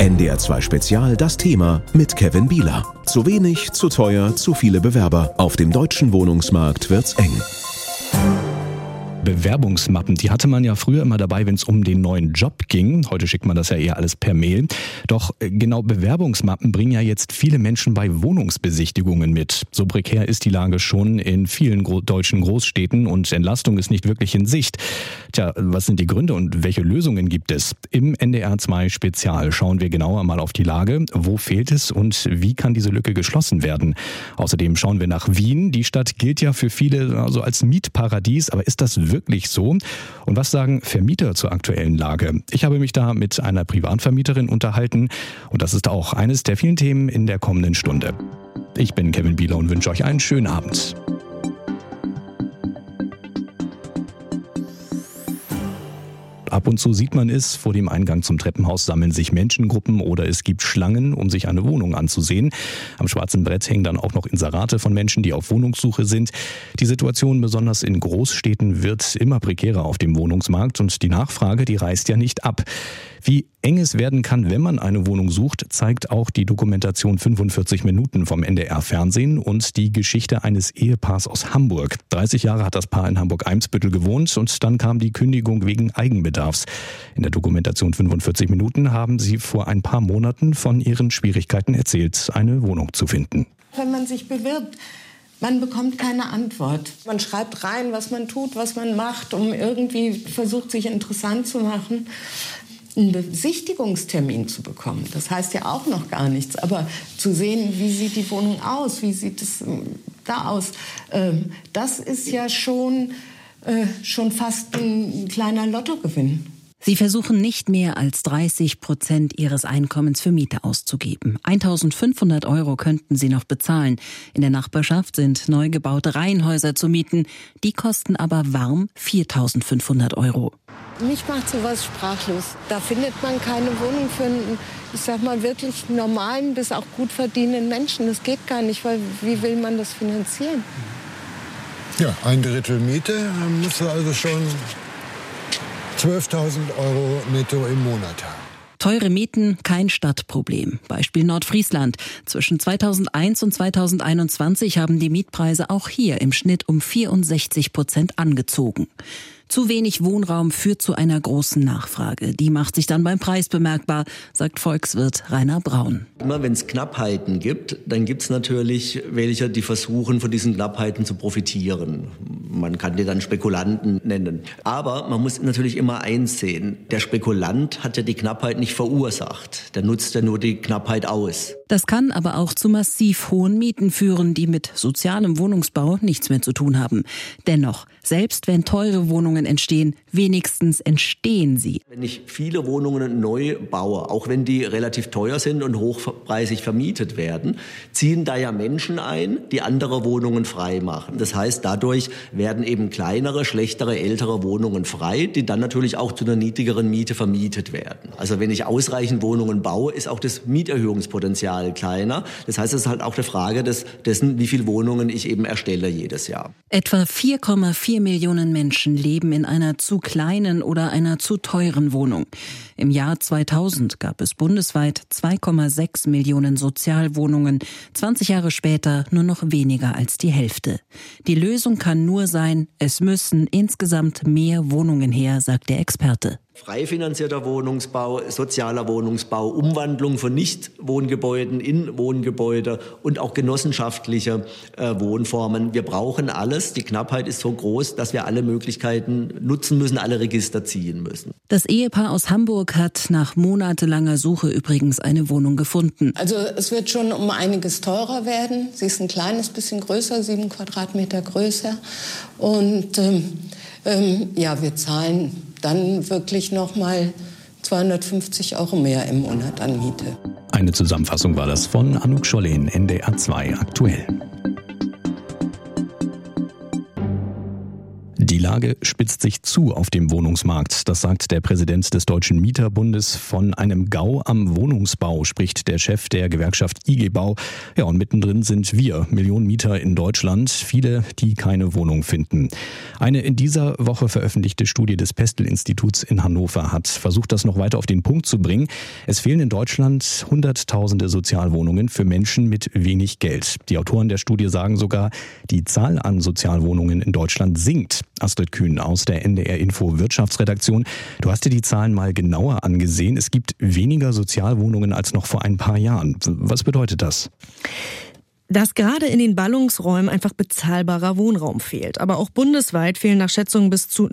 NDR 2 Spezial das Thema mit Kevin Bieler. Zu wenig, zu teuer, zu viele Bewerber. Auf dem deutschen Wohnungsmarkt wird's eng. Bewerbungsmappen, die hatte man ja früher immer dabei, wenn es um den neuen Job ging. Heute schickt man das ja eher alles per Mail. Doch genau Bewerbungsmappen bringen ja jetzt viele Menschen bei Wohnungsbesichtigungen mit. So prekär ist die Lage schon in vielen deutschen Großstädten und Entlastung ist nicht wirklich in Sicht. Tja, was sind die Gründe und welche Lösungen gibt es? Im NDR 2 Spezial schauen wir genauer mal auf die Lage. Wo fehlt es und wie kann diese Lücke geschlossen werden? Außerdem schauen wir nach Wien. Die Stadt gilt ja für viele also als Mietparadies, aber ist das wirklich so? Und was sagen Vermieter zur aktuellen Lage? Ich habe mich da mit einer Privatvermieterin unterhalten und das ist auch eines der vielen Themen in der kommenden Stunde. Ich bin Kevin Bieler und wünsche euch einen schönen Abend. Ab und zu sieht man es, vor dem Eingang zum Treppenhaus sammeln sich Menschengruppen oder es gibt Schlangen, um sich eine Wohnung anzusehen. Am schwarzen Brett hängen dann auch noch Inserate von Menschen, die auf Wohnungssuche sind. Die Situation besonders in Großstädten wird immer prekärer auf dem Wohnungsmarkt und die Nachfrage, die reißt ja nicht ab. Wie eng es werden kann, wenn man eine Wohnung sucht, zeigt auch die Dokumentation 45 Minuten vom NDR Fernsehen und die Geschichte eines Ehepaars aus Hamburg. 30 Jahre hat das Paar in Hamburg-Eimsbüttel gewohnt und dann kam die Kündigung wegen Eigenbedarfs. In der Dokumentation 45 Minuten haben sie vor ein paar Monaten von ihren Schwierigkeiten erzählt, eine Wohnung zu finden. Wenn man sich bewirbt, man bekommt keine Antwort. Man schreibt rein, was man tut, was man macht, um irgendwie versucht, sich interessant zu machen. Einen Besichtigungstermin zu bekommen, das heißt ja auch noch gar nichts, aber zu sehen, wie sieht die Wohnung aus, wie sieht es da aus, das ist ja schon fast ein kleiner Lottogewinn. Sie versuchen nicht mehr als 30% ihres Einkommens für Miete auszugeben. 1.500 € könnten sie noch bezahlen. In der Nachbarschaft sind neu gebaute Reihenhäuser zu mieten. Die kosten aber warm 4.500 €. Mich macht sowas sprachlos. Da findet man keine Wohnung für einen, ich sag mal, wirklich normalen bis auch gut verdienenden Menschen. Das geht gar nicht, weil wie will man das finanzieren? Ja, 1/3 Miete müsste also schon 12.000 € netto im Monat haben. Teure Mieten, kein Stadtproblem. Beispiel Nordfriesland. Zwischen 2001 und 2021 haben die Mietpreise auch hier im Schnitt um 64% angezogen. Zu wenig Wohnraum führt zu einer großen Nachfrage. Die macht sich dann beim Preis bemerkbar, sagt Volkswirt Rainer Braun. Immer wenn es Knappheiten gibt, dann gibt es natürlich welche, die versuchen, von diesen Knappheiten zu profitieren. Man kann die dann Spekulanten nennen. Aber man muss natürlich immer eins sehen. Der Spekulant hat ja die Knappheit nicht verursacht. Der nutzt ja nur die Knappheit aus. Das kann aber auch zu massiv hohen Mieten führen, die mit sozialem Wohnungsbau nichts mehr zu tun haben. Dennoch, selbst wenn teure Wohnungen entstehen, wenigstens entstehen sie. Wenn ich viele Wohnungen neu baue, auch wenn die relativ teuer sind und hochpreisig vermietet werden, ziehen da ja Menschen ein, die andere Wohnungen frei machen. Das heißt, dadurch werden eben kleinere, schlechtere, ältere Wohnungen frei, die dann natürlich auch zu einer niedrigeren Miete vermietet werden. Also wenn ich ausreichend Wohnungen baue, ist auch das Mieterhöhungspotenzial kleiner. Das heißt, es ist halt auch eine Frage dessen, wie viele Wohnungen ich eben erstelle jedes Jahr. Etwa 4,4 Millionen Menschen leben in einer zu kleinen oder einer zu teuren Wohnung. Im Jahr 2000 gab es bundesweit 2,6 Millionen Sozialwohnungen. 20 Jahre später nur noch weniger als die Hälfte. Die Lösung kann nur sein, es müssen insgesamt mehr Wohnungen her, sagt der Experte. Frei finanzierter Wohnungsbau, sozialer Wohnungsbau, Umwandlung von Nichtwohngebäuden in Wohngebäude und auch genossenschaftliche Wohnformen. Wir brauchen alles. Die Knappheit ist so groß, dass wir alle Möglichkeiten nutzen müssen, alle Register ziehen müssen. Das Ehepaar aus Hamburg hat nach monatelanger Suche übrigens eine Wohnung gefunden. Also es wird schon um einiges teurer werden. Sie ist ein kleines bisschen größer, 7 Quadratmeter größer. Und wir zahlen dann wirklich noch mal 250 € mehr im Monat an Miete. Eine Zusammenfassung war das von Anouk Schollen, NDR 2 aktuell. Die Lage spitzt sich zu auf dem Wohnungsmarkt. Das sagt der Präsident des Deutschen Mieterbundes. Von einem GAU am Wohnungsbau spricht der Chef der Gewerkschaft IG Bau. Ja, und mittendrin sind wir, Millionen Mieter in Deutschland, viele, die keine Wohnung finden. Eine in dieser Woche veröffentlichte Studie des Pestel-Instituts in Hannover hat versucht, das noch weiter auf den Punkt zu bringen. Es fehlen in Deutschland Hunderttausende Sozialwohnungen für Menschen mit wenig Geld. Die Autoren der Studie sagen sogar, die Zahl an Sozialwohnungen in Deutschland sinkt. Astrid Kühn aus der NDR Info Wirtschaftsredaktion. Du hast dir die Zahlen mal genauer angesehen. Es gibt weniger Sozialwohnungen als noch vor ein paar Jahren. Was bedeutet das? Dass gerade in den Ballungsräumen einfach bezahlbarer Wohnraum fehlt. Aber auch bundesweit fehlen nach Schätzungen bis zu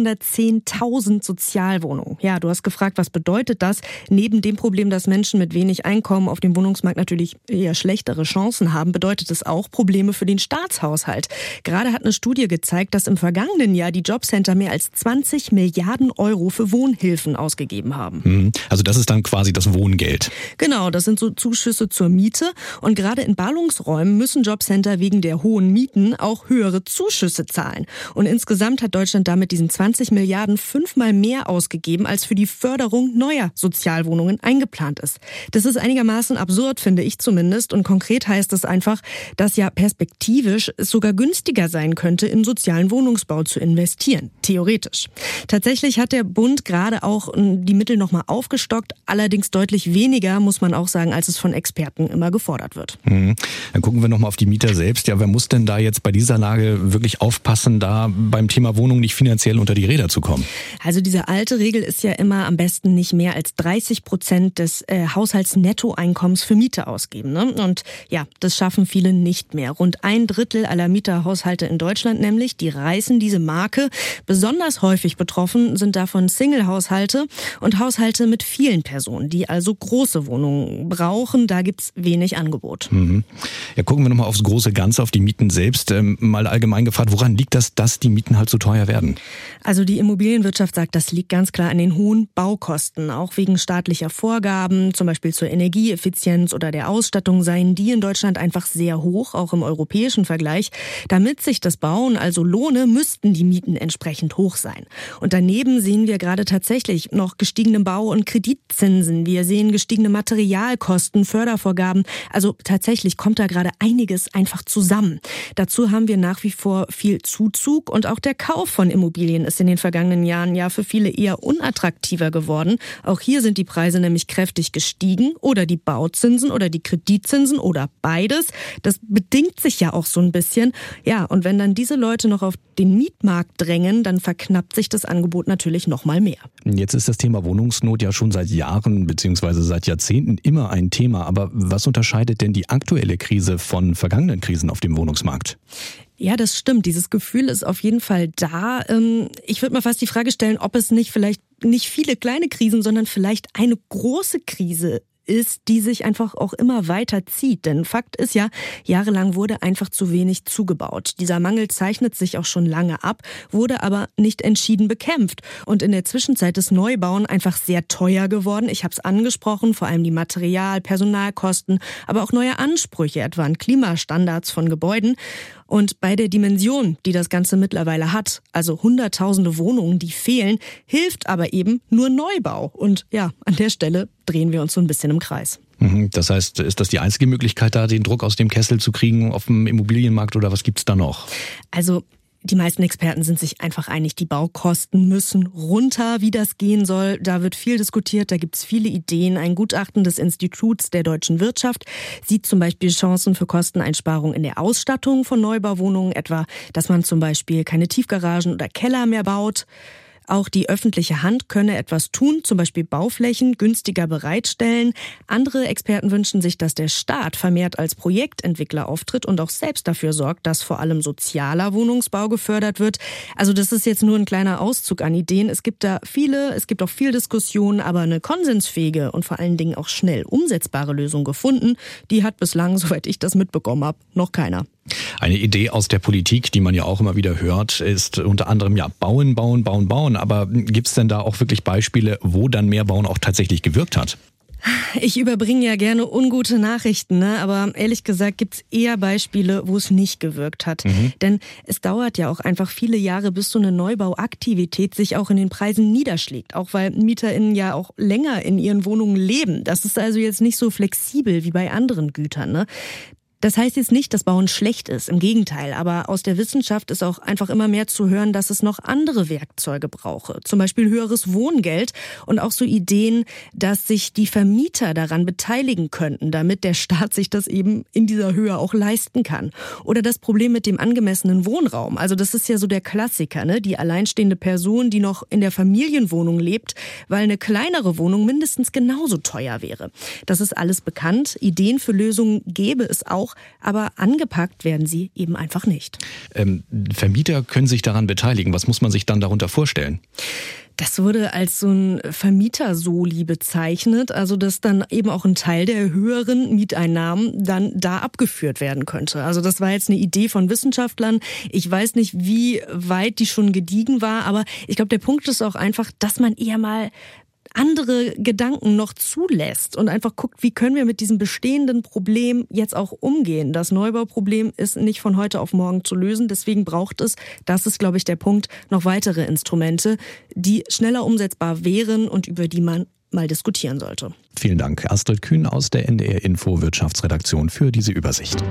910.000 Sozialwohnungen. Ja, du hast gefragt, was bedeutet das? Neben dem Problem, dass Menschen mit wenig Einkommen auf dem Wohnungsmarkt natürlich eher schlechtere Chancen haben, bedeutet es auch Probleme für den Staatshaushalt. Gerade hat eine Studie gezeigt, dass im vergangenen Jahr die Jobcenter mehr als 20 Milliarden Euro für Wohnhilfen ausgegeben haben. Also das ist dann quasi das Wohngeld. Genau, das sind so Zuschüsse zur Miete. Und gerade in Ballungsräumen müssen Jobcenter wegen der hohen Mieten auch höhere Zuschüsse zahlen. Und insgesamt hat Deutschland damit diesen 20 Milliarden 5-mal mehr ausgegeben, als für die Förderung neuer Sozialwohnungen eingeplant ist. Das ist einigermaßen absurd, finde ich zumindest. Und konkret heißt es einfach, dass ja perspektivisch es sogar günstiger sein könnte, in sozialen Wohnungsbau zu investieren. Theoretisch. Tatsächlich hat der Bund gerade auch die Mittel nochmal aufgestockt. Allerdings deutlich weniger, muss man auch sagen, als es von Experten immer gefordert wird. Dann gucken wir nochmal auf die Mieter selbst. Ja, wer muss denn da jetzt bei dieser Lage wirklich aufpassen, da beim Thema Wohnung nicht finanziell unter die Räder zu kommen? Also diese alte Regel ist ja immer am besten nicht mehr als 30% des Haushaltsnettoeinkommens für Miete ausgeben. Ne? Und ja, das schaffen viele nicht mehr. Rund 1/3 aller Mieterhaushalte in Deutschland nämlich, die reißen diese Marke. Besonders häufig betroffen sind davon Single-Haushalte und Haushalte mit vielen Personen, die also große Wohnungen brauchen. Da gibt's wenig Angebot. Ja, gucken wir nochmal aufs große Ganze, auf die Mieten selbst. Mal allgemein gefragt, woran liegt das, dass die Mieten halt so teuer werden? Also die Immobilienwirtschaft sagt, das liegt ganz klar an den hohen Baukosten. Auch wegen staatlicher Vorgaben, zum Beispiel zur Energieeffizienz oder der Ausstattung, seien die in Deutschland einfach sehr hoch, auch im europäischen Vergleich. Damit sich das Bauen also lohne, müssten die Mieten entsprechend hoch sein. Und daneben sehen wir gerade tatsächlich noch gestiegene Bau- und Kreditzinsen. Wir sehen gestiegene Materialkosten, Fördervorgaben. Also tatsächlich kommt da gerade einiges einfach zusammen. Dazu haben wir nach wie vor viel Zuzug und auch der Kauf von Immobilien ist in den vergangenen Jahren ja für viele eher unattraktiver geworden. Auch hier sind die Preise nämlich kräftig gestiegen oder die Bauzinsen oder die Kreditzinsen oder beides. Das bedingt sich ja auch so ein bisschen. Ja, und wenn dann diese Leute noch auf den Mietmarkt drängen, dann verknappt sich das Angebot natürlich noch mal mehr. Jetzt ist das Thema Wohnungsnot ja schon seit Jahren bzw. seit Jahrzehnten immer ein Thema. Aber was unterscheidet denn die aktuelle Krise von vergangenen Krisen auf dem Wohnungsmarkt? Ja, das stimmt. Dieses Gefühl ist auf jeden Fall da. Ich würde mal fast die Frage stellen, ob es nicht vielleicht nicht viele kleine Krisen, sondern vielleicht eine große Krise ist, die sich einfach auch immer weiter zieht. Denn Fakt ist ja, jahrelang wurde einfach zu wenig zugebaut. Dieser Mangel zeichnet sich auch schon lange ab, wurde aber nicht entschieden bekämpft. Und in der Zwischenzeit ist Neubauen einfach sehr teuer geworden. Ich habe es angesprochen, vor allem die Material-, Personalkosten, aber auch neue Ansprüche, etwa an Klimastandards von Gebäuden. Und bei der Dimension, die das Ganze mittlerweile hat, also hunderttausende Wohnungen, die fehlen, hilft aber eben nur Neubau. Und ja, an der Stelle drehen wir uns so ein bisschen im Kreis. Das heißt, ist das die einzige Möglichkeit, da den Druck aus dem Kessel zu kriegen auf dem Immobilienmarkt oder was gibt's da noch? Also die meisten Experten sind sich einfach einig, die Baukosten müssen runter, wie das gehen soll. Da wird viel diskutiert, da gibt's viele Ideen. Ein Gutachten des Instituts der deutschen Wirtschaft sieht zum Beispiel Chancen für Kosteneinsparungen in der Ausstattung von Neubauwohnungen, etwa, dass man zum Beispiel keine Tiefgaragen oder Keller mehr baut. Auch die öffentliche Hand könne etwas tun, zum Beispiel Bauflächen günstiger bereitstellen. Andere Experten wünschen sich, dass der Staat vermehrt als Projektentwickler auftritt und auch selbst dafür sorgt, dass vor allem sozialer Wohnungsbau gefördert wird. Also das ist jetzt nur ein kleiner Auszug an Ideen. Es gibt auch viel Diskussion, aber eine konsensfähige und vor allen Dingen auch schnell umsetzbare Lösung gefunden, die hat bislang, soweit ich das mitbekommen habe, noch keiner. Eine Idee aus der Politik, die man ja auch immer wieder hört, ist unter anderem ja bauen, bauen, bauen, bauen. Aber gibt es denn da auch wirklich Beispiele, wo dann mehr Bauen auch tatsächlich gewirkt hat? Ich überbringe ja gerne ungute Nachrichten, ne? Aber ehrlich gesagt gibt's eher Beispiele, wo es nicht gewirkt hat. Denn es dauert ja auch einfach viele Jahre, bis so eine Neubauaktivität sich auch in den Preisen niederschlägt. Auch weil MieterInnen ja auch länger in ihren Wohnungen leben. Das ist also jetzt nicht so flexibel wie bei anderen Gütern, ne? Das heißt jetzt nicht, dass Bauen schlecht ist, im Gegenteil. Aber aus der Wissenschaft ist auch einfach immer mehr zu hören, dass es noch andere Werkzeuge brauche. Zum Beispiel höheres Wohngeld und auch so Ideen, dass sich die Vermieter daran beteiligen könnten, damit der Staat sich das eben in dieser Höhe auch leisten kann. Oder das Problem mit dem angemessenen Wohnraum. Also das ist ja so der Klassiker, ne? Die alleinstehende Person, die noch in der Familienwohnung lebt, weil eine kleinere Wohnung mindestens genauso teuer wäre. Das ist alles bekannt. Ideen für Lösungen gäbe es auch. Aber angepackt werden sie eben einfach nicht. Vermieter können sich daran beteiligen. Was muss man sich dann darunter vorstellen? Das wurde als so ein Vermieter-Soli bezeichnet, also dass dann eben auch ein Teil der höheren Mieteinnahmen dann da abgeführt werden könnte. Also das war jetzt eine Idee von Wissenschaftlern. Ich weiß nicht, wie weit die schon gediegen war, aber ich glaube, der Punkt ist auch einfach, dass man eher mal andere Gedanken noch zulässt und einfach guckt, wie können wir mit diesem bestehenden Problem jetzt auch umgehen. Das Neubauproblem ist nicht von heute auf morgen zu lösen, deswegen braucht es, das ist, glaube ich, der Punkt, noch weitere Instrumente, die schneller umsetzbar wären und über die man mal diskutieren sollte. Vielen Dank, Astrid Kühn aus der NDR Info Wirtschaftsredaktion für diese Übersicht.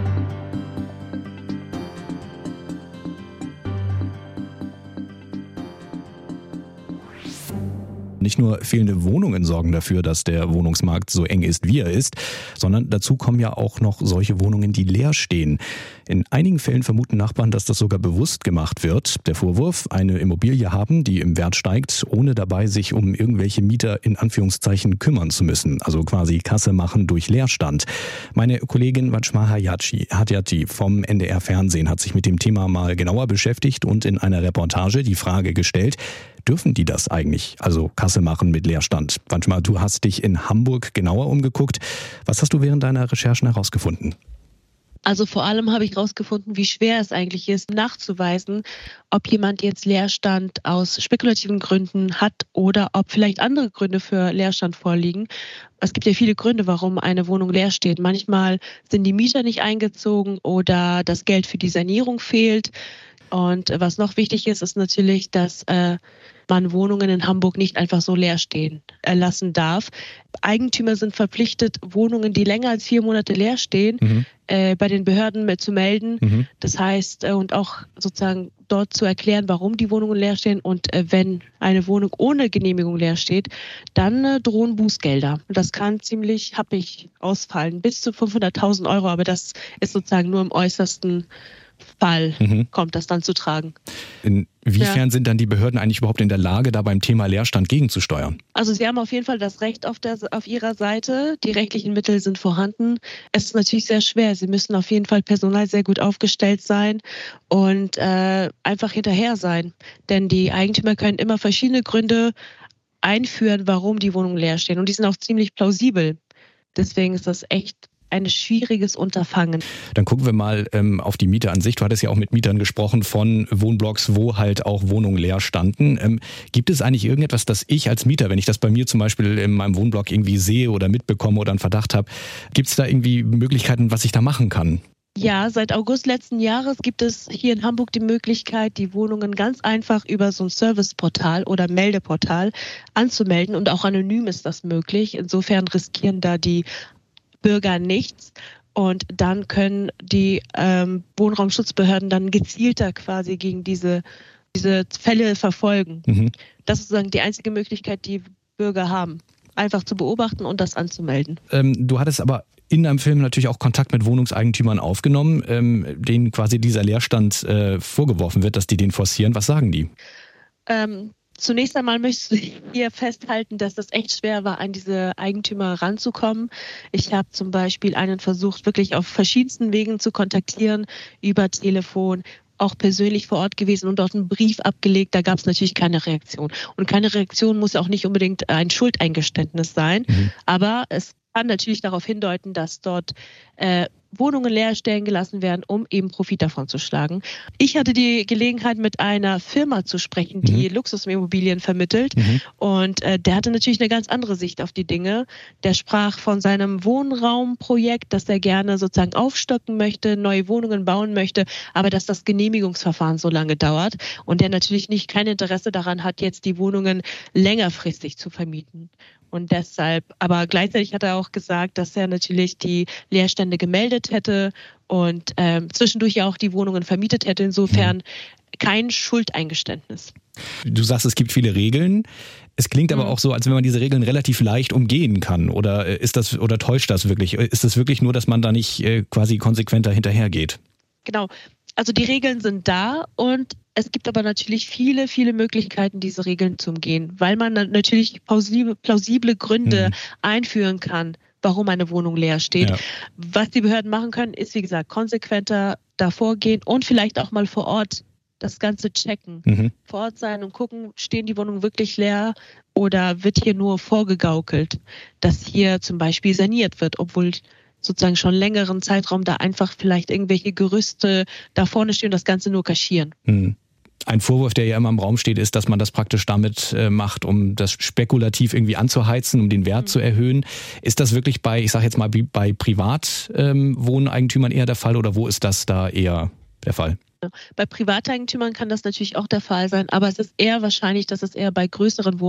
Nicht nur fehlende Wohnungen sorgen dafür, dass der Wohnungsmarkt so eng ist, wie er ist, sondern dazu kommen ja auch noch solche Wohnungen, die leer stehen. In einigen Fällen vermuten Nachbarn, dass das sogar bewusst gemacht wird. Der Vorwurf, eine Immobilie haben, die im Wert steigt, ohne dabei sich um irgendwelche Mieter in Anführungszeichen kümmern zu müssen. Also quasi Kasse machen durch Leerstand. Meine Kollegin Vajma Hajati vom NDR Fernsehen hat sich mit dem Thema mal genauer beschäftigt und in einer Reportage die Frage gestellt, dürfen die das eigentlich, also Kasse machen mit Leerstand? Vajma, du hast dich in Hamburg genauer umgeguckt. Was hast du während deiner Recherchen herausgefunden? Also vor allem habe ich herausgefunden, wie schwer es eigentlich ist, nachzuweisen, ob jemand jetzt Leerstand aus spekulativen Gründen hat oder ob vielleicht andere Gründe für Leerstand vorliegen. Es gibt ja viele Gründe, warum eine Wohnung leer steht. Manchmal sind die Mieter nicht eingezogen oder das Geld für die Sanierung fehlt. Und was noch wichtig ist, ist natürlich, dass man Wohnungen in Hamburg nicht einfach so leer stehen lassen darf. Eigentümer sind verpflichtet, Wohnungen, die länger als 4 Monate leer stehen, bei den Behörden zu melden. Das heißt, und auch sozusagen dort zu erklären, warum die Wohnungen leer stehen. Und wenn eine Wohnung ohne Genehmigung leer steht, dann drohen Bußgelder. Und das kann ziemlich happig ausfallen, bis zu 500.000 €. Aber das ist sozusagen nur im äußersten Fall kommt das dann zu tragen. Inwiefern sind dann die Behörden eigentlich überhaupt in der Lage, da beim Thema Leerstand gegenzusteuern? Also sie haben auf jeden Fall das Recht auf ihrer Seite. Die rechtlichen Mittel sind vorhanden. Es ist natürlich sehr schwer. Sie müssen auf jeden Fall personal sehr gut aufgestellt sein und einfach hinterher sein. Denn die Eigentümer können immer verschiedene Gründe einführen, warum die Wohnungen leer stehen. Und die sind auch ziemlich plausibel. Deswegen ist das echt ein schwieriges Unterfangen. Dann gucken wir mal auf die Mieter an sich. Du hattest ja auch mit Mietern gesprochen von Wohnblocks, wo halt auch Wohnungen leer standen. Gibt es eigentlich irgendetwas, das ich als Mieter, wenn ich das bei mir zum Beispiel in meinem Wohnblock irgendwie sehe oder mitbekomme oder einen Verdacht habe, gibt es da irgendwie Möglichkeiten, was ich da machen kann? Ja, seit August letzten Jahres gibt es hier in Hamburg die Möglichkeit, die Wohnungen ganz einfach über so ein Serviceportal oder Meldeportal anzumelden und auch anonym ist das möglich. Insofern riskieren da die Bürger nichts und dann können die Wohnraumschutzbehörden dann gezielter quasi gegen diese Fälle verfolgen. Das ist sozusagen die einzige Möglichkeit, die Bürger haben, einfach zu beobachten und das anzumelden. Du hattest aber in deinem Film natürlich auch Kontakt mit Wohnungseigentümern aufgenommen, denen quasi dieser Leerstand vorgeworfen wird, dass die den forcieren. Was sagen die? Zunächst einmal möchte ich hier festhalten, dass das echt schwer war, an diese Eigentümer ranzukommen. Ich habe zum Beispiel einen versucht, wirklich auf verschiedensten Wegen zu kontaktieren, über Telefon, auch persönlich vor Ort gewesen und dort einen Brief abgelegt. Da gab es natürlich keine Reaktion. Und keine Reaktion muss ja auch nicht unbedingt ein Schuldeingeständnis sein, aber es kann natürlich darauf hindeuten, dass dort Wohnungen leer stehen gelassen werden, um eben Profit davon zu schlagen. Ich hatte die Gelegenheit, mit einer Firma zu sprechen, die Luxusimmobilien vermittelt. Und der hatte natürlich eine ganz andere Sicht auf die Dinge. Der sprach von seinem Wohnraumprojekt, das er gerne sozusagen aufstocken möchte, neue Wohnungen bauen möchte, aber dass das Genehmigungsverfahren so lange dauert und der natürlich kein Interesse daran hat, jetzt die Wohnungen längerfristig zu vermieten. Und deshalb, aber gleichzeitig hat er auch gesagt, dass er natürlich die Leerstände gemeldet hätte und zwischendurch ja auch die Wohnungen vermietet hätte. Insofern kein Schuldeingeständnis. Du sagst, es gibt viele Regeln. Es klingt aber auch so, als wenn man diese Regeln relativ leicht umgehen kann. Oder täuscht das wirklich? Ist es wirklich nur, dass man da nicht quasi konsequenter hinterhergeht? Genau. Also die Regeln sind da und es gibt aber natürlich viele, viele Möglichkeiten, diese Regeln zu umgehen, weil man natürlich plausible Gründe einführen kann, warum eine Wohnung leer steht. Ja. Was die Behörden machen können, ist, wie gesagt, konsequenter davor gehen und vielleicht auch mal vor Ort das Ganze checken. Vor Ort sein und gucken, stehen die Wohnungen wirklich leer oder wird hier nur vorgegaukelt, dass hier zum Beispiel saniert wird, obwohl sozusagen schon längeren Zeitraum da einfach vielleicht irgendwelche Gerüste da vorne stehen und das Ganze nur kaschieren. Ein Vorwurf, der ja immer im Raum steht, ist, dass man das praktisch damit macht, um das spekulativ irgendwie anzuheizen, um den Wert zu erhöhen. Ist das wirklich bei Privatwohneigentümern eher der Fall oder wo ist das da eher der Fall? Bei Privateigentümern kann das natürlich auch der Fall sein, aber es ist eher wahrscheinlich, dass es eher bei größeren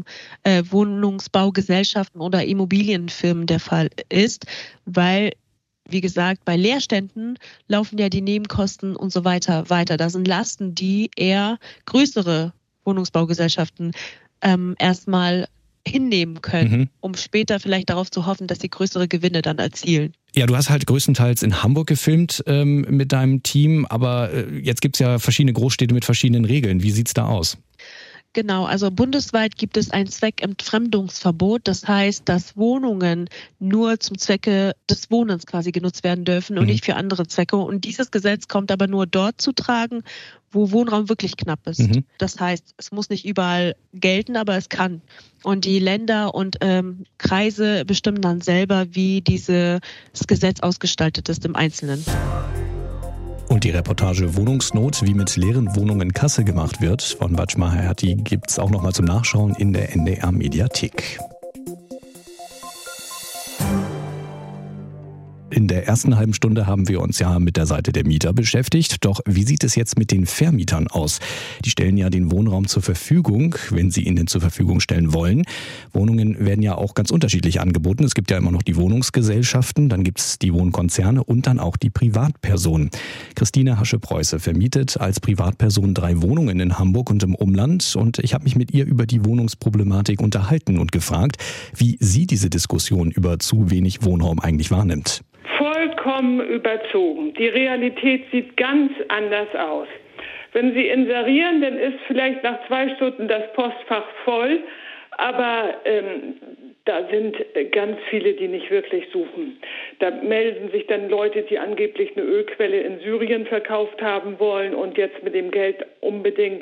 Wohnungsbaugesellschaften oder Immobilienfirmen der Fall ist, weil, wie gesagt, bei Leerständen laufen ja die Nebenkosten und so weiter. Da sind Lasten, die eher größere Wohnungsbaugesellschaften erstmal hinnehmen können, um später vielleicht darauf zu hoffen, dass sie größere Gewinne dann erzielen. Ja, du hast halt größtenteils in Hamburg gefilmt mit deinem Team, aber jetzt gibt's ja verschiedene Großstädte mit verschiedenen Regeln. Wie sieht's da aus? Genau, also bundesweit gibt es ein Zweckentfremdungsverbot. Das heißt, dass Wohnungen nur zum Zwecke des Wohnens quasi genutzt werden dürfen und nicht für andere Zwecke. Und dieses Gesetz kommt aber nur dort zu tragen, wo Wohnraum wirklich knapp ist. Das heißt, es muss nicht überall gelten, aber es kann. Und die Länder und Kreise bestimmen dann selber, wie dieses Gesetz ausgestaltet ist im Einzelnen. Und die Reportage Wohnungsnot, wie mit leeren Wohnungen in Kassel gemacht wird, von Bajma Hayati, gibt's auch nochmal zum Nachschauen in der NDR Mediathek. In der ersten halben Stunde haben wir uns ja mit der Seite der Mieter beschäftigt. Doch wie sieht es jetzt mit den Vermietern aus? Die stellen ja den Wohnraum zur Verfügung, wenn sie ihn denn zur Verfügung stellen wollen. Wohnungen werden ja auch ganz unterschiedlich angeboten. Es gibt ja immer noch die Wohnungsgesellschaften, dann gibt es die Wohnkonzerne und dann auch die Privatpersonen. Christine Hasche-Preuße vermietet als Privatperson 3 Wohnungen in Hamburg und im Umland. Und ich habe mich mit ihr über die Wohnungsproblematik unterhalten und gefragt, wie sie diese Diskussion über zu wenig Wohnraum eigentlich wahrnimmt. Vollkommen überzogen. Die Realität sieht ganz anders aus. Wenn Sie inserieren, dann ist vielleicht nach 2 Stunden das Postfach voll, aber da sind ganz viele, die nicht wirklich suchen. Da melden sich dann Leute, die angeblich eine Ölquelle in Syrien verkauft haben wollen und jetzt mit dem Geld unbedingt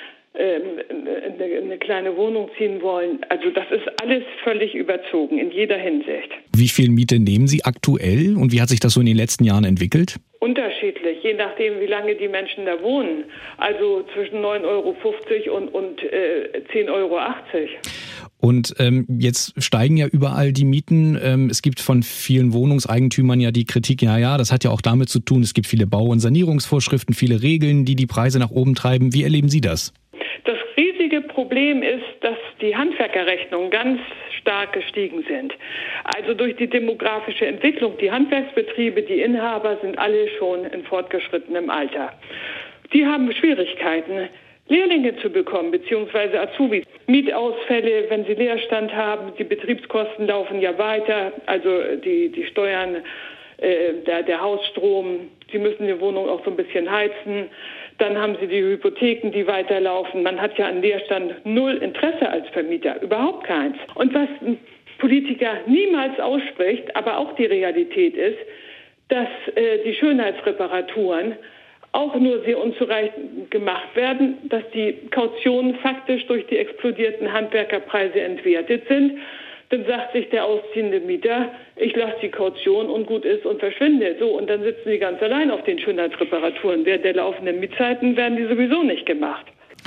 eine kleine Wohnung ziehen wollen. Also das ist alles völlig überzogen in jeder Hinsicht. Wie viel Miete nehmen Sie aktuell und wie hat sich das so in den letzten Jahren entwickelt? Unterschiedlich, je nachdem, wie lange die Menschen da wohnen. Also zwischen 9,50 € und 10,80 €. Und jetzt steigen ja überall die Mieten. Es gibt von vielen Wohnungseigentümern ja die Kritik, ja, das hat ja auch damit zu tun, es gibt viele Bau- und Sanierungsvorschriften, viele Regeln, die Preise nach oben treiben. Wie erleben Sie das? Das riesige Problem ist, dass die Handwerkerrechnungen ganz stark gestiegen sind. Also durch die demografische Entwicklung, die Handwerksbetriebe, die Inhaber sind alle schon in fortgeschrittenem Alter. Die haben Schwierigkeiten, Lehrlinge zu bekommen, beziehungsweise Azubis. Mietausfälle, wenn sie Leerstand haben, die Betriebskosten laufen ja weiter, also die Steuern, der Hausstrom, sie müssen die Wohnung auch so ein bisschen heizen. Dann haben sie die Hypotheken, die weiterlaufen. Man hat ja an Leerstand 0 Interesse als Vermieter, überhaupt keins. Und was ein Politiker niemals ausspricht, aber auch die Realität ist, dass die Schönheitsreparaturen auch nur sehr unzureichend gemacht werden, dass die Kautionen faktisch durch die explodierten Handwerkerpreise entwertet sind, dann sagt sich der ausziehende Mieter, ich lasse die Kaution und gut ist und verschwinde. So, und dann sitzen die ganz allein auf den Schönheitsreparaturen. Während der laufenden Mietzeiten werden die sowieso nicht gemacht.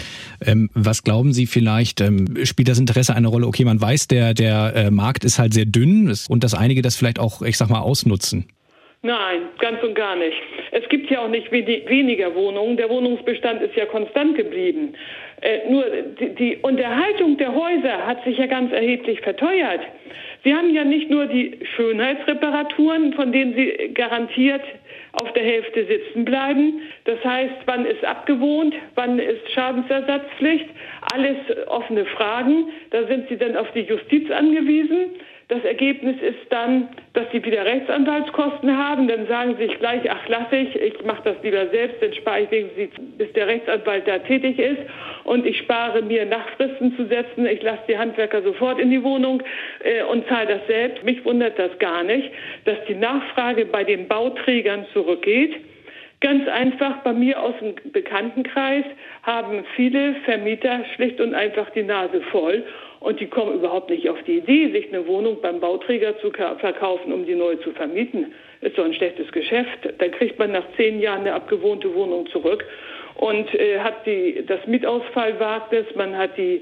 Was glauben Sie vielleicht, spielt das Interesse eine Rolle? Okay, man weiß, der Markt ist halt sehr dünn und dass einige das vielleicht auch, ich sag mal, ausnutzen. Nein, ganz und gar nicht. Es gibt ja auch nicht weniger Wohnungen. Der Wohnungsbestand ist ja konstant geblieben. Nur die Unterhaltung der Häuser hat sich ja ganz erheblich verteuert. Sie haben ja nicht nur die Schönheitsreparaturen, von denen Sie garantiert auf der Hälfte sitzen bleiben. Das heißt, wann ist abgewohnt, wann ist Schadensersatzpflicht, alles offene Fragen. Da sind Sie dann auf die Justiz angewiesen. Das Ergebnis ist dann, dass Sie wieder Rechtsanwaltskosten haben. Dann sagen Sie sich gleich, ach lass ich mache das lieber selbst, dann spare ich wenigstens, bis der Rechtsanwalt da tätig ist. Und ich spare mir Nachtfristen zu setzen. Ich lasse die Handwerker sofort in die Wohnung und zahle das selbst. Mich wundert das gar nicht, dass die Nachfrage bei den Bauträgern zurückgeht. Ganz einfach, bei mir aus dem Bekanntenkreis haben viele Vermieter schlicht und einfach die Nase voll. Und die kommen überhaupt nicht auf die Idee, sich eine Wohnung beim Bauträger zu verkaufen, um die neu zu vermieten. Ist so ein schlechtes Geschäft. Dann kriegt man nach 10 Jahren eine abgewohnte Wohnung zurück und hat das Mietausfallwagnis, man hat die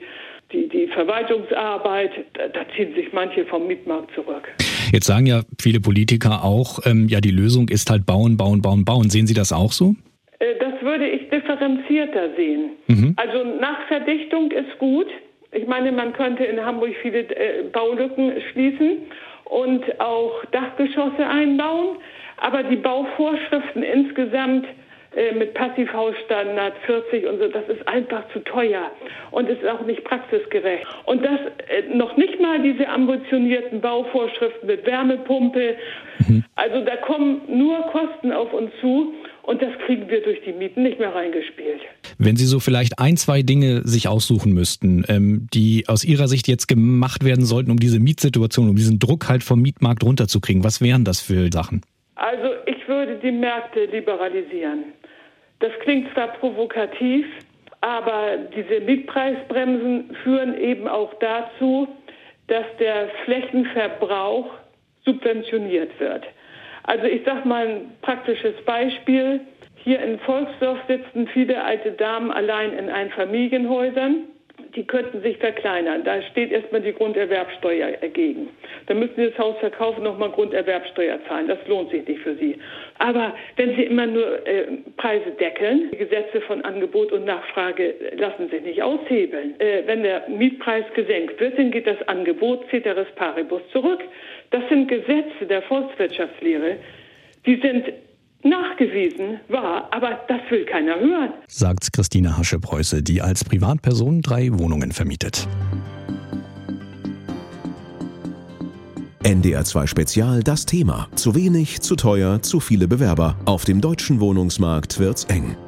Verwaltungsarbeit. Da ziehen sich manche vom Mietmarkt zurück. Jetzt sagen ja viele Politiker auch, die Lösung ist halt bauen, bauen, bauen, bauen. Sehen Sie das auch so? Das würde ich differenzierter sehen. Also Nachverdichtung ist gut. Ich meine, man könnte in Hamburg viele Baulücken schließen und auch Dachgeschosse einbauen. Aber die Bauvorschriften insgesamt mit Passivhausstandard 40 und so, das ist einfach zu teuer und ist auch nicht praxisgerecht. Und das noch nicht mal diese ambitionierten Bauvorschriften mit Wärmepumpe. Also da kommen nur Kosten auf uns zu. Und das kriegen wir durch die Mieten nicht mehr reingespielt. Wenn Sie so vielleicht 1, 2 Dinge sich aussuchen müssten, die aus Ihrer Sicht jetzt gemacht werden sollten, um diese Mietsituation, um diesen Druck halt vom Mietmarkt runterzukriegen, was wären das für Sachen? Also ich würde die Märkte liberalisieren. Das klingt zwar provokativ, aber diese Mietpreisbremsen führen eben auch dazu, dass der Flächenverbrauch subventioniert wird. Also ich sage mal ein praktisches Beispiel. Hier in Volksdorf sitzen viele alte Damen allein in Einfamilienhäusern. Die könnten sich verkleinern. Da steht erstmal die Grunderwerbsteuer dagegen. Dann müssen sie das Haus verkaufen, nochmal Grunderwerbsteuer zahlen. Das lohnt sich nicht für sie. Aber wenn sie immer nur Preise deckeln, die Gesetze von Angebot und Nachfrage lassen sich nicht aushebeln. Wenn der Mietpreis gesenkt wird, dann geht das Angebot ceteris paribus zurück. Das sind Gesetze der Volkswirtschaftslehre, die sind nachgewiesen, wahr, aber das will keiner hören. Sagt Christine Hasche-Preuße, die als Privatperson 3 Wohnungen vermietet. NDR 2 Spezial, das Thema. Zu wenig, zu teuer, zu viele Bewerber. Auf dem deutschen Wohnungsmarkt wird's eng.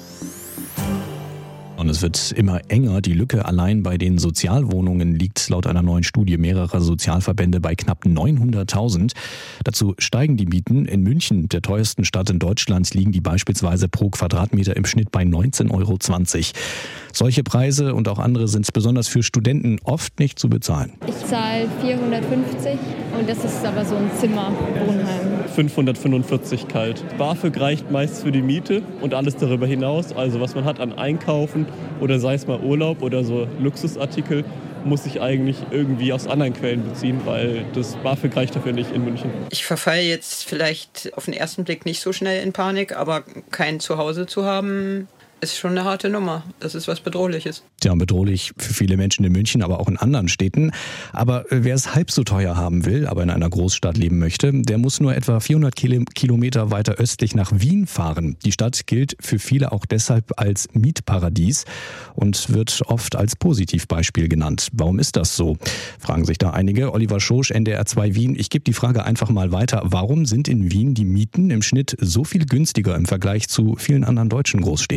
Und es wird immer enger. Die Lücke allein bei den Sozialwohnungen liegt laut einer neuen Studie mehrerer Sozialverbände bei knapp 900.000. Dazu steigen die Mieten. In München, der teuersten Stadt in Deutschland, liegen die beispielsweise pro Quadratmeter im Schnitt bei 19,20 €. Solche Preise und auch andere sind besonders für Studenten oft nicht zu bezahlen. Ich zahle 450 und das ist aber so ein Zimmerwohnheim. 545 kalt. BAföG reicht meist für die Miete und alles darüber hinaus, also was man hat an Einkaufen oder sei es mal Urlaub oder so Luxusartikel, muss ich eigentlich irgendwie aus anderen Quellen beziehen, weil das BAföG reicht dafür nicht in München. Ich verfalle jetzt vielleicht auf den ersten Blick nicht so schnell in Panik, aber kein Zuhause zu haben, ist schon eine harte Nummer. Das ist was Bedrohliches. Ja, bedrohlich für viele Menschen in München, aber auch in anderen Städten. Aber wer es halb so teuer haben will, aber in einer Großstadt leben möchte, der muss nur etwa 400 Kilometer weiter östlich nach Wien fahren. Die Stadt gilt für viele auch deshalb als Mietparadies und wird oft als Positivbeispiel genannt. Warum ist das so? Fragen sich da einige. Oliver Schosch, NDR 2 Wien. Ich gebe die Frage einfach mal weiter. Warum sind in Wien die Mieten im Schnitt so viel günstiger im Vergleich zu vielen anderen deutschen Großstädten?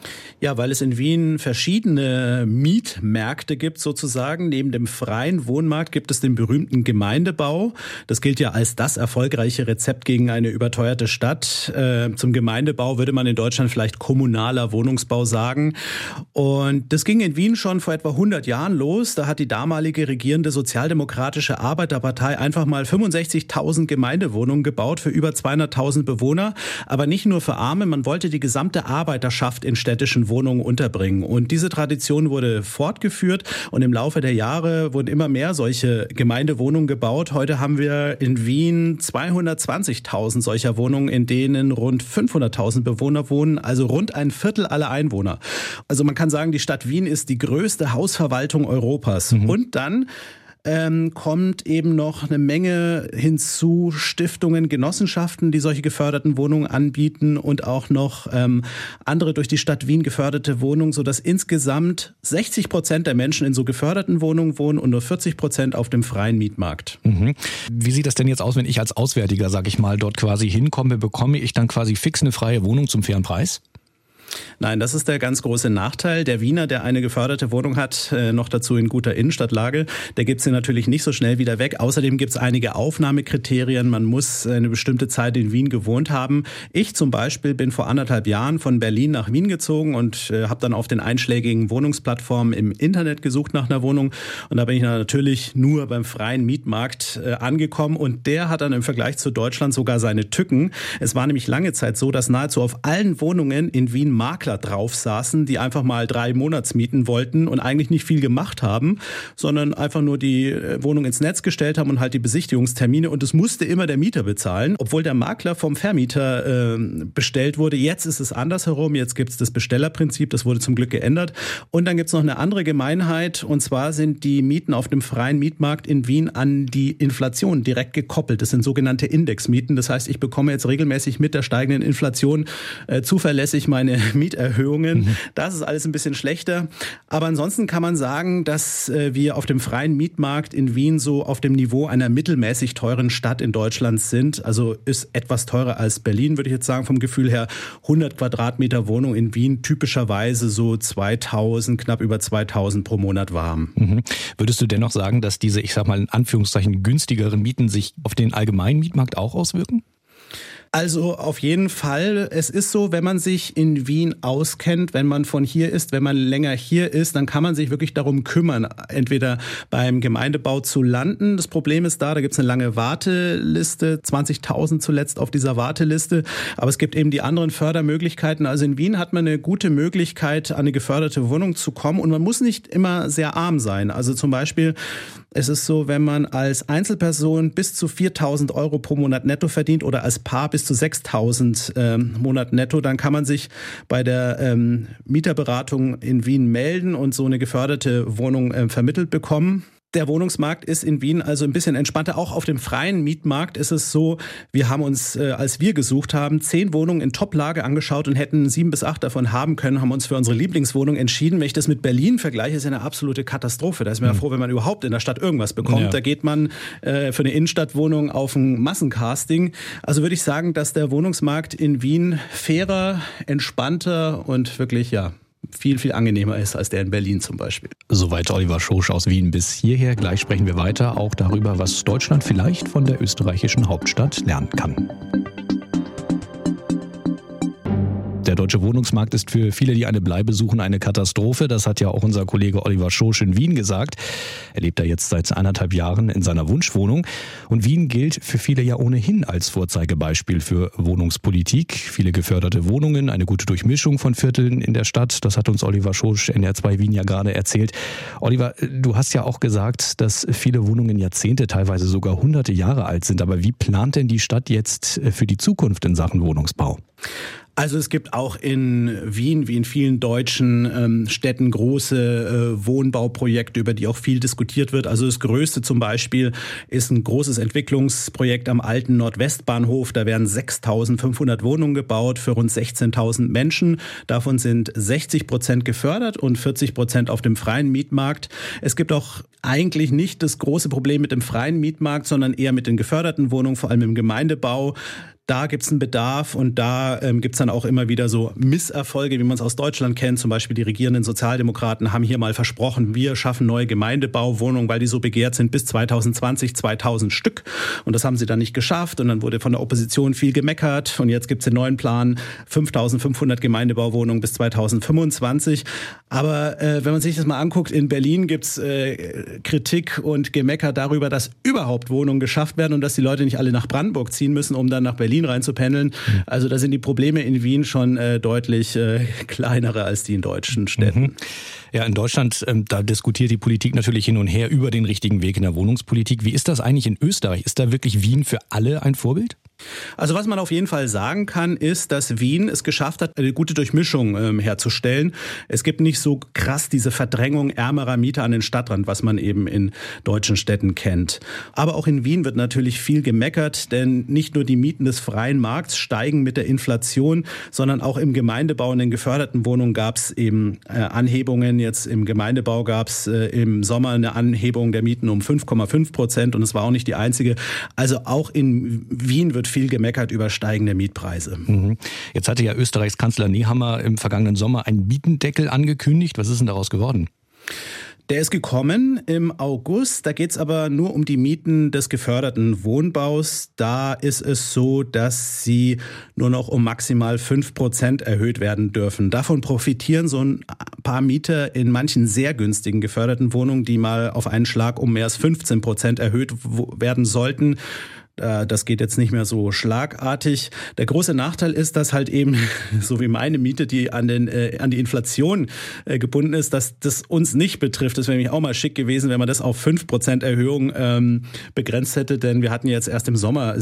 Ja, weil es in Wien verschiedene Mietmärkte gibt sozusagen. Neben dem freien Wohnmarkt gibt es den berühmten Gemeindebau. Das gilt ja als das erfolgreiche Rezept gegen eine überteuerte Stadt. Zum Gemeindebau würde man in Deutschland vielleicht kommunaler Wohnungsbau sagen. Und das ging in Wien schon vor etwa 100 Jahren los. Da hat die damalige regierende Sozialdemokratische Arbeiterpartei einfach mal 65.000 Gemeindewohnungen gebaut für über 200.000 Bewohner. Aber nicht nur für Arme, man wollte die gesamte Arbeiterschaft in städtischen Wohnungen unterbringen. Und diese Tradition wurde fortgeführt und im Laufe der Jahre wurden immer mehr solche Gemeindewohnungen gebaut. Heute haben wir in Wien 220.000 solcher Wohnungen, in denen rund 500.000 Bewohner wohnen, also rund ein Viertel aller Einwohner. Also man kann sagen, die Stadt Wien ist die größte Hausverwaltung Europas. Und dann kommt eben noch eine Menge hinzu, Stiftungen, Genossenschaften, die solche geförderten Wohnungen anbieten und auch noch andere durch die Stadt Wien geförderte Wohnungen, sodass insgesamt 60% der Menschen in so geförderten Wohnungen wohnen und nur 40% auf dem freien Mietmarkt. Mhm. Wie sieht das denn jetzt aus, wenn ich als Auswärtiger, sag ich mal, dort quasi hinkomme? Bekomme ich dann quasi fix eine freie Wohnung zum fairen Preis? Nein, das ist der ganz große Nachteil. Der Wiener, der eine geförderte Wohnung hat, noch dazu in guter Innenstadtlage, der gibt sie natürlich nicht so schnell wieder weg. Außerdem gibt es einige Aufnahmekriterien. Man muss eine bestimmte Zeit in Wien gewohnt haben. Ich zum Beispiel bin vor 1,5 Jahren von Berlin nach Wien gezogen und habe dann auf den einschlägigen Wohnungsplattformen im Internet gesucht nach einer Wohnung. Und da bin ich natürlich nur beim freien Mietmarkt angekommen. Und der hat dann im Vergleich zu Deutschland sogar seine Tücken. Es war nämlich lange Zeit so, dass nahezu auf allen Wohnungen in Wien Makler drauf saßen, die einfach mal 3 Monatsmieten wollten und eigentlich nicht viel gemacht haben, sondern einfach nur die Wohnung ins Netz gestellt haben und halt die Besichtigungstermine, und es musste immer der Mieter bezahlen, obwohl der Makler vom Vermieter bestellt wurde. Jetzt ist es andersherum, jetzt gibt es das Bestellerprinzip, das wurde zum Glück geändert. Und dann gibt es noch eine andere Gemeinheit, und zwar sind die Mieten auf dem freien Mietmarkt in Wien an die Inflation direkt gekoppelt. Das sind sogenannte Indexmieten. Das heißt, ich bekomme jetzt regelmäßig mit der steigenden Inflation zuverlässig meine Mieterhöhungen. Das ist alles ein bisschen schlechter. Aber ansonsten kann man sagen, dass wir auf dem freien Mietmarkt in Wien so auf dem Niveau einer mittelmäßig teuren Stadt in Deutschland sind. Also ist etwas teurer als Berlin, würde ich jetzt sagen, vom Gefühl her. 100 Quadratmeter Wohnung in Wien, typischerweise so 2.000, knapp über 2.000 pro Monat warm. Würdest du dennoch sagen, dass diese, ich sag mal in Anführungszeichen, günstigeren Mieten sich auf den allgemeinen Mietmarkt auch auswirken? Also auf jeden Fall. Es ist so, wenn man sich in Wien auskennt, wenn man von hier ist, wenn man länger hier ist, dann kann man sich wirklich darum kümmern, entweder beim Gemeindebau zu landen. Das Problem ist da gibt es eine lange Warteliste, 20.000 zuletzt auf dieser Warteliste. Aber es gibt eben die anderen Fördermöglichkeiten. Also in Wien hat man eine gute Möglichkeit, an eine geförderte Wohnung zu kommen, und man muss nicht immer sehr arm sein. Also zum Beispiel, es ist so, wenn man als Einzelperson bis zu 4.000 Euro pro Monat netto verdient oder als Paar bis zu 6.000 Monat netto, dann kann man sich bei der Mieterberatung in Wien melden und so eine geförderte Wohnung vermittelt bekommen. Der Wohnungsmarkt ist in Wien also ein bisschen entspannter. Auch auf dem freien Mietmarkt ist es so, wir haben uns, als wir gesucht haben, 10 Wohnungen in Top-Lage angeschaut und hätten 7 bis 8 davon haben können, haben uns für unsere Lieblingswohnung entschieden. Wenn ich das mit Berlin vergleiche, ist ja eine absolute Katastrophe. Da ist man ja froh, wenn man überhaupt in der Stadt irgendwas bekommt. Ja. Da geht man für eine Innenstadtwohnung auf ein Massencasting. Also würde ich sagen, dass der Wohnungsmarkt in Wien fairer, entspannter und wirklich, viel, viel angenehmer ist als der in Berlin zum Beispiel. Soweit Oliver Schosch aus Wien bis hierher. Gleich sprechen wir weiter auch darüber, was Deutschland vielleicht von der österreichischen Hauptstadt lernen kann. Der deutsche Wohnungsmarkt ist für viele, die eine Bleibe suchen, eine Katastrophe. Das hat ja auch unser Kollege Oliver Schosch in Wien gesagt. Er lebt da jetzt seit 1,5 Jahren in seiner Wunschwohnung. Und Wien gilt für viele ja ohnehin als Vorzeigebeispiel für Wohnungspolitik. Viele geförderte Wohnungen, eine gute Durchmischung von Vierteln in der Stadt. Das hat uns Oliver Schosch NDR2 Wien ja gerade erzählt. Oliver, du hast ja auch gesagt, dass viele Wohnungen Jahrzehnte, teilweise sogar hunderte Jahre alt sind. Aber wie plant denn die Stadt jetzt für die Zukunft in Sachen Wohnungsbau? Also es gibt auch in Wien, wie in vielen deutschen Städten, große Wohnbauprojekte, über die auch viel diskutiert wird. Also das größte zum Beispiel ist ein großes Entwicklungsprojekt am alten Nordwestbahnhof. Da werden 6.500 Wohnungen gebaut für rund 16.000 Menschen. Davon sind 60% gefördert und 40% auf dem freien Mietmarkt. Es gibt auch eigentlich nicht das große Problem mit dem freien Mietmarkt, sondern eher mit den geförderten Wohnungen, vor allem im Gemeindebau. Da gibt es einen Bedarf und da gibt es dann auch immer wieder so Misserfolge, wie man es aus Deutschland kennt. Zum Beispiel die regierenden Sozialdemokraten haben hier mal versprochen, wir schaffen neue Gemeindebauwohnungen, weil die so begehrt sind, bis 2020 2000 Stück. Und das haben sie dann nicht geschafft. Und dann wurde von der Opposition viel gemeckert. Und jetzt gibt es den neuen Plan, 5500 Gemeindebauwohnungen bis 2025. Aber wenn man sich das mal anguckt, in Berlin gibt es Kritik und Gemecker darüber, dass überhaupt Wohnungen geschafft werden und dass die Leute nicht alle nach Brandenburg ziehen müssen, um dann nach Berlin reinzupendeln. Also da sind die Probleme in Wien schon deutlich kleinere als die in deutschen Städten. Ja, in Deutschland, da diskutiert die Politik natürlich hin und her über den richtigen Weg in der Wohnungspolitik. Wie ist das eigentlich in Österreich? Ist da wirklich Wien für alle ein Vorbild? Also was man auf jeden Fall sagen kann, ist, dass Wien es geschafft hat, eine gute Durchmischung herzustellen. Es gibt nicht so krass diese Verdrängung ärmerer Mieter an den Stadtrand, was man eben in deutschen Städten kennt. Aber auch in Wien wird natürlich viel gemeckert, denn nicht nur die Mieten des freien Markts steigen mit der Inflation, sondern auch im Gemeindebau in den geförderten Wohnungen gab es eben Anhebungen. Jetzt im Gemeindebau gab es im Sommer eine Anhebung der Mieten um 5,5% und es war auch nicht die einzige. Also auch in Wien wird viel gemeckert über steigende Mietpreise. Jetzt hatte ja Österreichs Kanzler Nehammer im vergangenen Sommer einen Mietendeckel angekündigt. Was ist denn daraus geworden? Der ist gekommen im August. Da geht es aber nur um die Mieten des geförderten Wohnbaus. Da ist es so, dass sie nur noch um maximal 5% erhöht werden dürfen. Davon profitieren so ein paar Mieter in manchen sehr günstigen geförderten Wohnungen, die mal auf einen Schlag um mehr als 15% erhöht werden sollten. Das geht jetzt nicht mehr so schlagartig. Der große Nachteil ist, dass halt eben, so wie meine Miete, die an die Inflation gebunden ist, dass das uns nicht betrifft. Das wäre nämlich auch mal schick gewesen, wenn man das auf 5% Erhöhung begrenzt hätte. Denn wir hatten jetzt erst im Sommer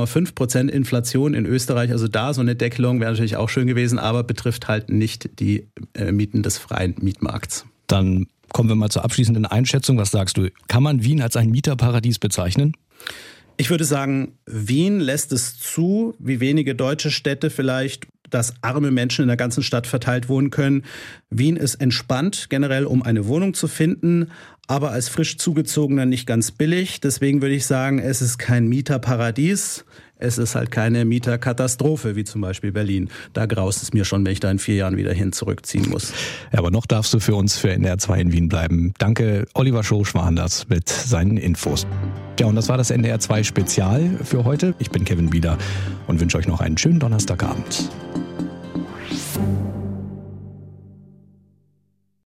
7,5% Inflation in Österreich. Also da so eine Deckelung wäre natürlich auch schön gewesen, aber betrifft halt nicht die Mieten des freien Mietmarkts. Dann kommen wir mal zur abschließenden Einschätzung. Was sagst du? Kann man Wien als ein Mieterparadies bezeichnen? Ich würde sagen, Wien lässt es zu, wie wenige deutsche Städte vielleicht, dass arme Menschen in der ganzen Stadt verteilt wohnen können. Wien ist entspannt, generell um eine Wohnung zu finden, aber als frisch Zugezogener nicht ganz billig. Deswegen würde ich sagen, es ist kein Mieterparadies. Es ist halt keine Mieterkatastrophe, wie zum Beispiel Berlin. Da graust es mir schon, wenn ich da in 4 Jahren wieder zurückziehen muss. Ja, aber noch darfst du für uns für NDR 2 in Wien bleiben. Danke, Oliver Schosch war das mit seinen Infos. Ja, und das war das NDR 2 Spezial für heute. Ich bin Kevin Bieler und wünsche euch noch einen schönen Donnerstagabend.